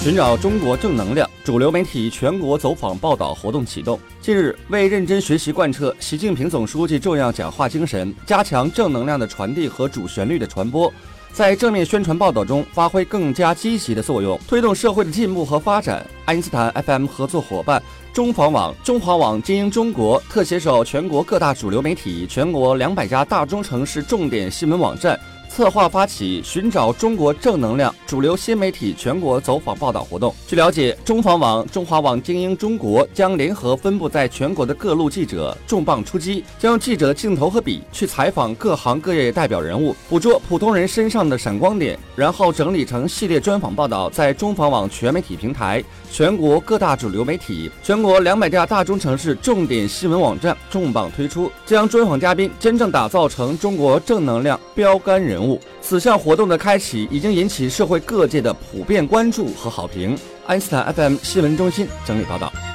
寻找中国正能量，主流媒体全国走访报道活动启动。近日，为认真学习贯彻习近平总书记重要讲话精神，加强正能量的传递和主旋律的传播，在正面宣传报道中发挥更加积极的作用，推动社会的进步和发展。爱因斯坦 FM 合作伙伴中防网、中华网经营中国特携手全国各大主流媒体、全国200家大中城市重点新闻网站，策划发起寻找中国正能量主流新媒体全国走访报道活动。据了解，中防网、中华网经营中国将联合分布在全国的各路记者重磅出击，将用记者的镜头和笔去采访各行各业代表人物，捕捉普通人身上的闪光点，然后整理成系列专访报道，在中防网全媒体平台、全国各大主流媒体、全国200家大中城市重点新闻网站重磅推出，将专访嘉宾真正打造成中国正能量标杆人物。此项活动的开启已经引起社会各界的普遍关注和好评。爱因斯坦 FM 新闻中心整理报道。